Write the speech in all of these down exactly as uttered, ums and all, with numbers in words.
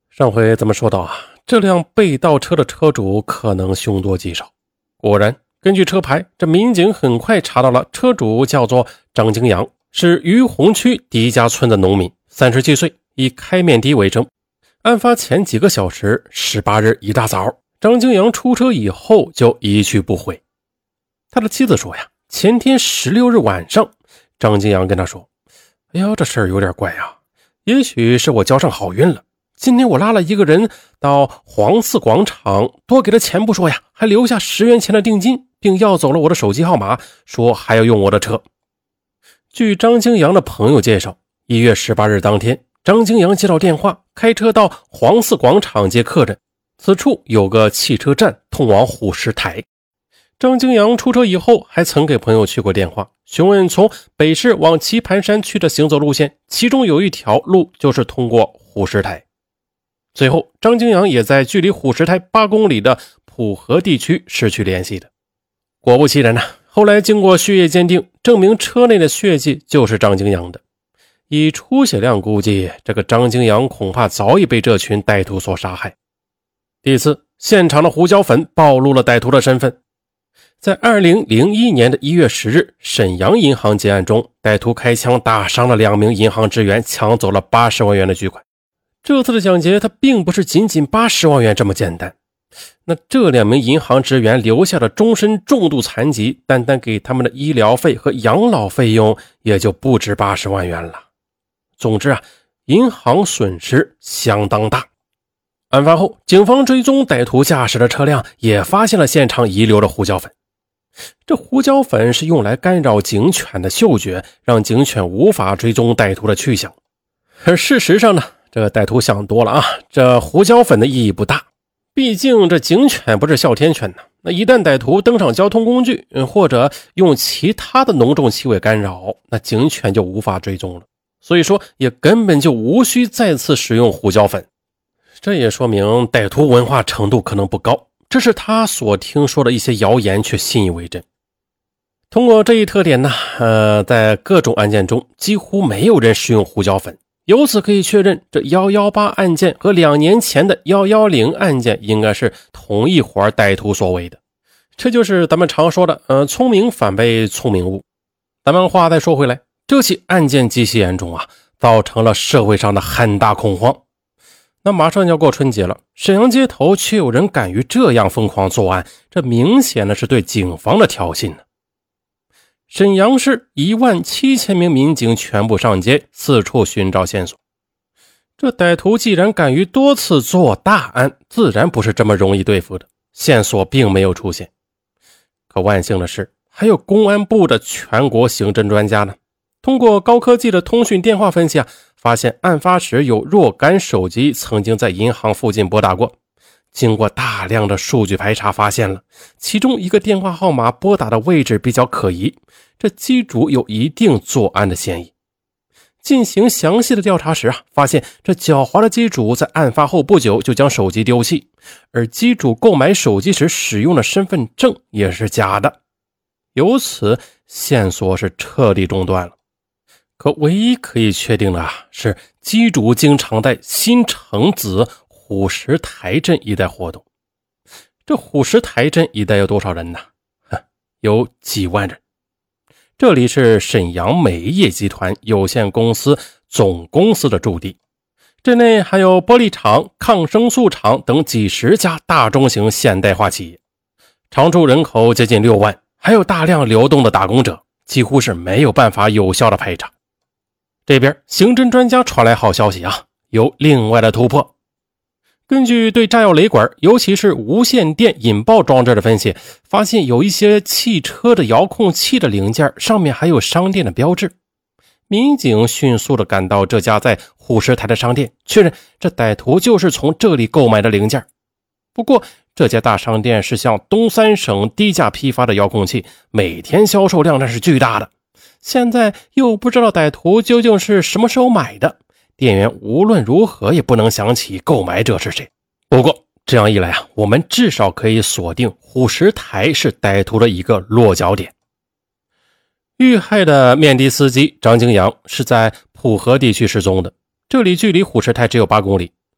上回咱们说到啊，这辆被盗车的车主可能凶多吉少。果然，根据车牌，这民警很快查到了车主叫做张京阳，是于洪区狄家村的农民，三十七岁，以开面的为生。案发前几个小时，十八日一大早，张京阳出车以后就一去不回。他的妻子说呀，前天十六日晚上，张京阳跟他说：哎呀，这事儿有点怪啊，也许是我交上好运了。今天我拉了一个人到黄寺广场，多给了钱不说呀，还留下十元钱的定金，并要走了我的手机号码，说还要用我的车。据张京阳的朋友介绍，一月十八日当天，张京阳接到电话，开车到黄寺广场接客人，此处有个汽车站通往虎石台。张京阳出车以后，还曾给朋友去过电话，询问从北市往棋盘山区的行走路线，其中有一条路就是通过虎石台。最后，张京阳也在距离虎石台八公里的普和地区失去联系的。果不其然呢、啊，后来经过血液鉴定，证明车内的血迹就是张京阳的。以出血量估计，这个张京阳恐怕早已被这群歹徒所杀害。第四，现场的胡椒粉暴露了歹徒的身份。在二零零一年的一月十日，沈阳银行劫案中，歹徒开枪打伤了两名银行职员，抢走了八十万元的巨款。这次的抢劫，它并不是仅仅八十万元这么简单。那这两名银行职员留下的终身重度残疾，单单给他们的医疗费和养老费用也就不止八十万元了。总之啊，银行损失相当大。案发后，警方追踪歹徒驾驶的车辆，也发现了现场遗留的胡椒粉。这胡椒粉是用来干扰警犬的嗅觉，让警犬无法追踪歹徒的去向。而事实上呢，这歹徒想多了啊，这胡椒粉的意义不大，毕竟这警犬不是哮天犬呢。那一旦歹徒登上交通工具，或者用其他的浓重气味干扰，那警犬就无法追踪了。所以说，也根本就无需再次使用胡椒粉。这也说明歹徒文化程度可能不高，这是他所听说的一些谣言却信以为真。通过这一特点呢，呃，在各种案件中几乎没有人使用胡椒粉。由此可以确认，这一一八案件和两年前的一一零案件应该是同一伙歹徒所为的。这就是咱们常说的呃，聪明反被聪明误。咱们话再说回来，这起案件极其严重啊，造成了社会上的很大恐慌。那马上就要过春节了，沈阳街头却有人敢于这样疯狂作案，这明显的是对警方的挑衅呢。沈阳市一万七千名民警全部上街，四处寻找线索。这歹徒既然敢于多次做大案，自然不是这么容易对付的，线索并没有出现。可万幸的是，还有公安部的全国刑侦专家呢，通过高科技的通讯电话分析啊，发现案发时有若干手机曾经在银行附近拨打过。经过大量的数据排查，发现了其中一个电话号码拨打的位置比较可疑，这机主有一定作案的嫌疑。进行详细的调查时啊，发现这狡猾的机主在案发后不久就将手机丢弃，而机主购买手机时使用的身份证也是假的。由此线索是彻底中断了。可唯一可以确定的啊，是机主经常在新城子虎石台镇一带活动。这虎石台镇一带有多少人呢？有几万人。这里是沈阳美业集团有限公司总公司的驻地，镇内还有玻璃厂、抗生素厂等几十家大中型现代化企业，常住人口接近六万，还有大量流动的打工者，几乎是没有办法有效的排查。这边刑侦专家传来好消息啊，有另外的突破。根据对炸药雷管，尤其是无线电引爆装置的分析，发现有一些汽车的遥控器的零件上面还有商店的标志。民警迅速地赶到这家在虎石台的商店，确认这歹徒就是从这里购买的零件。不过这家大商店是向东三省低价批发的遥控器，每天销售量那是巨大的。现在又不知道歹徒究竟是什么时候买的，店员无论如何也不能想起购买者是谁。不过这样一来啊，我们至少可以锁定虎石台是歹徒的一个落脚点。遇害的面的司机张京阳是在普和地区失踪的，这里距离虎石台只有八公里。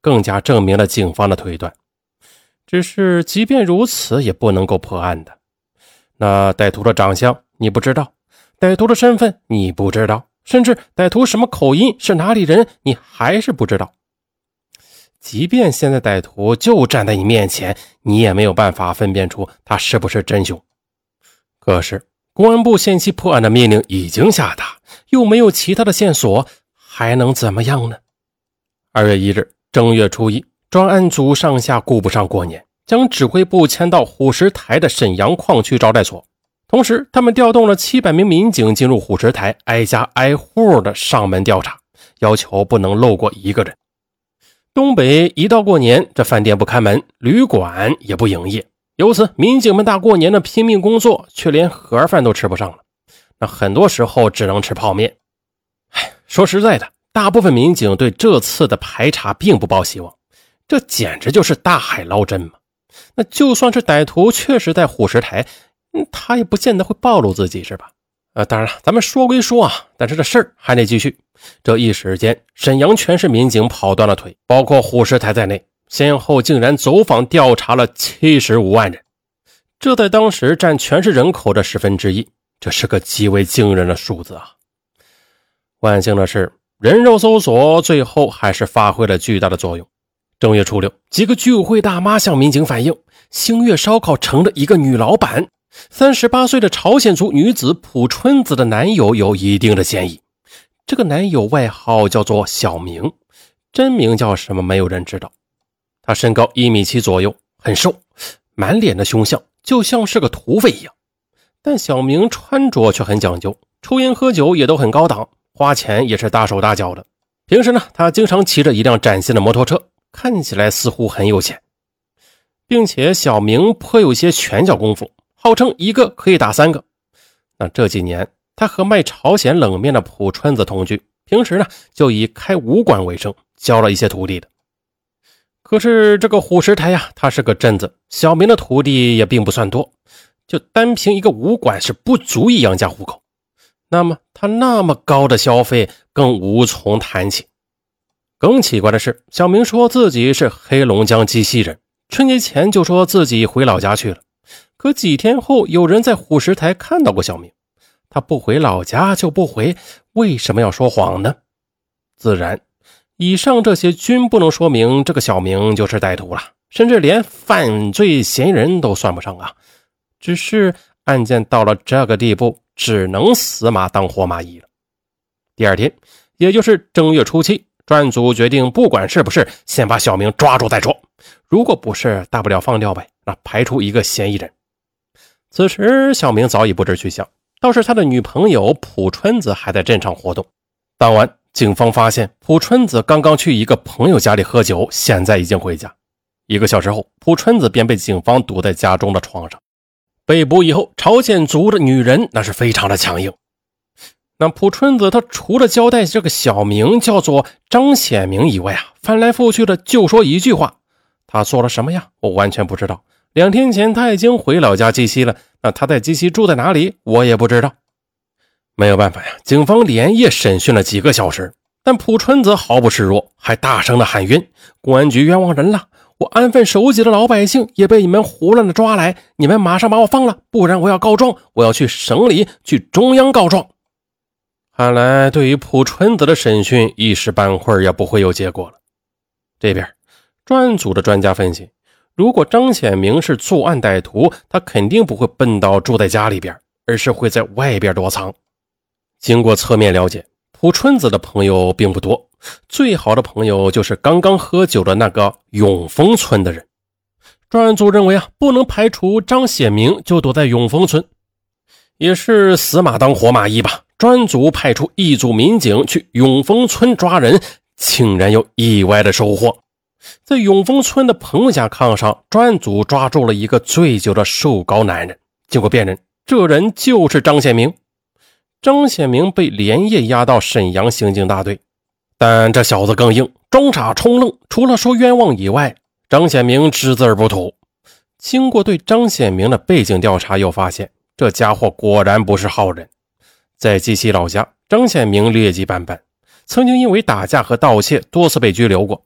更加证明了警方的推断。只是即便如此也不能够破案的。那歹徒的长相你不知道，歹徒的身份你不知道，甚至歹徒什么口音，是哪里人你还是不知道。即便现在歹徒就站在你面前，你也没有办法分辨出他是不是真凶。可是公安部限期破案的命令已经下达，又没有其他的线索，还能怎么样呢？二月一日正月初一，专案组上下顾不上过年，将指挥部迁到虎石台的沈阳矿区招待所。同时他们调动了七百名民警进入虎石台，挨家挨户的上门调查，要求不能漏过一个人。东北一到过年，这饭店不开门，旅馆也不营业，由此民警们大过年的拼命工作，却连盒饭都吃不上了。那很多时候只能吃泡面。唉，说实在的，大部分民警对这次的排查并不抱希望，这简直就是大海捞针嘛。那就算是歹徒确实在虎石台，嗯，他也不见得会暴露自己是吧？呃，当然了，咱们说归说啊，但是这事儿还得继续。这一时间，沈阳全市民警跑断了腿，包括虎石台在内，先后竟然走访调查了七十五万人，这在当时占全市人口的十分之一，这是个极为惊人的数字啊！万幸的是，人肉搜索最后还是发挥了巨大的作用。正月初六，几个居委会大妈向民警反映，星月烧烤城的一个女老板，三十八岁的朝鲜族女子朴春子的男友有一定的嫌疑。这个男友外号叫做小明，真名叫什么没有人知道。他身高一米七左右，很瘦，满脸的凶相，就像是个土匪一样。但小明穿着却很讲究，抽烟喝酒也都很高档，花钱也是大手大脚的。平时呢，他经常骑着一辆崭新的摩托车，看起来似乎很有钱。并且小明颇有些拳脚功夫，号称一个可以打三个。那这几年他和卖朝鲜冷面的朴春子同居，平时呢就以开武馆为生，教了一些徒弟的。可是这个虎石台呀，它是个镇子，小明的徒弟也并不算多，就单凭一个武馆是不足以养家糊口。那么他那么高的消费更无从谈起。更奇怪的是，小明说自己是黑龙江鸡西人，春节前就说自己回老家去了。可几天后有人在虎石台看到过小明，他不回老家就不回，为什么要说谎呢？自然，以上这些均不能说明这个小明就是歹徒了，甚至连犯罪嫌疑人都算不上啊。只是案件到了这个地步，只能死马当活马医了。第二天，也就是正月初七，专案组决定不管是不是，先把小明抓住再说。如果不是，大不了放掉呗，那排除一个嫌疑人。此时小明早已不知去向，倒是他的女朋友朴春子还在镇上活动。当晚警方发现朴春子刚刚去一个朋友家里喝酒，现在已经回家。一个小时后，朴春子便被警方堵在家中的床上。被捕以后，朝鲜族的女人那是非常的强硬。那朴春子她除了交代这个小明叫做张显明以外啊，翻来覆去的就说一句话，他做了什么呀？我完全不知道。两天前他已经回老家鸡西了，那他在鸡西住在哪里我也不知道。没有办法呀，警方连夜审讯了几个小时，但朴春子毫不示弱，还大声的喊冤：公安局冤枉人了，我安分守己的老百姓也被你们胡乱的抓来，你们马上把我放了，不然我要告状，我要去省里去中央告状。看来对于朴春子的审讯一时半会儿也不会有结果了。这边专案组的专家分析，如果张显明是作案歹徒，他肯定不会笨到住在家里边，而是会在外边躲藏。经过侧面了解，朴春子的朋友并不多，最好的朋友就是刚刚喝酒的那个永丰村的人。专案组认为啊，不能排除张显明就躲在永丰村，也是死马当活马医吧。专案组派出一组民警去永丰村抓人，竟然有意外的收获。在永丰村的朋友家炕上，专案组抓住了一个醉酒的瘦高男人。经过辨认，这人就是张显明。张显明被连夜押到沈阳刑警大队，但这小子更硬，装傻充愣，除了说冤枉以外，张显明只字不吐。经过对张显明的背景调查，又发现这家伙果然不是好人。在鸡西老家，张显明劣迹斑斑，曾经因为打架和盗窃多次被拘留过，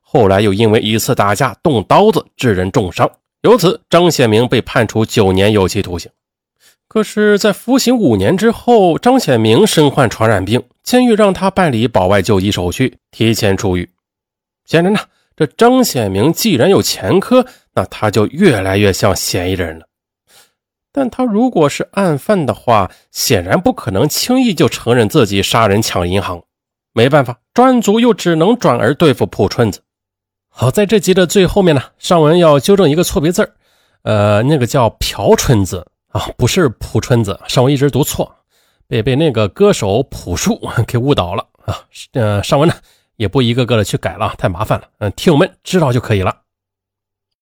后来又因为一次打架动刀子致人重伤，由此张显明被判处九年有期徒刑。可是在服刑五年之后，张显明身患传染病，监狱让他办理保外就医手续，提前出狱。显然呢，这张显明既然有前科，那他就越来越像嫌疑人了。但他如果是案犯的话，显然不可能轻易就承认自己杀人抢银行。没办法，专案组又只能转而对付朴春子。好，在这集的最后面呢，上文要纠正一个错别字，呃，那个叫朴春子啊，不是朴春子，上文一直读错，被被那个歌手朴树给误导了啊。呃，上文呢也不一个个的去改了，太麻烦了，嗯，听友们知道就可以了。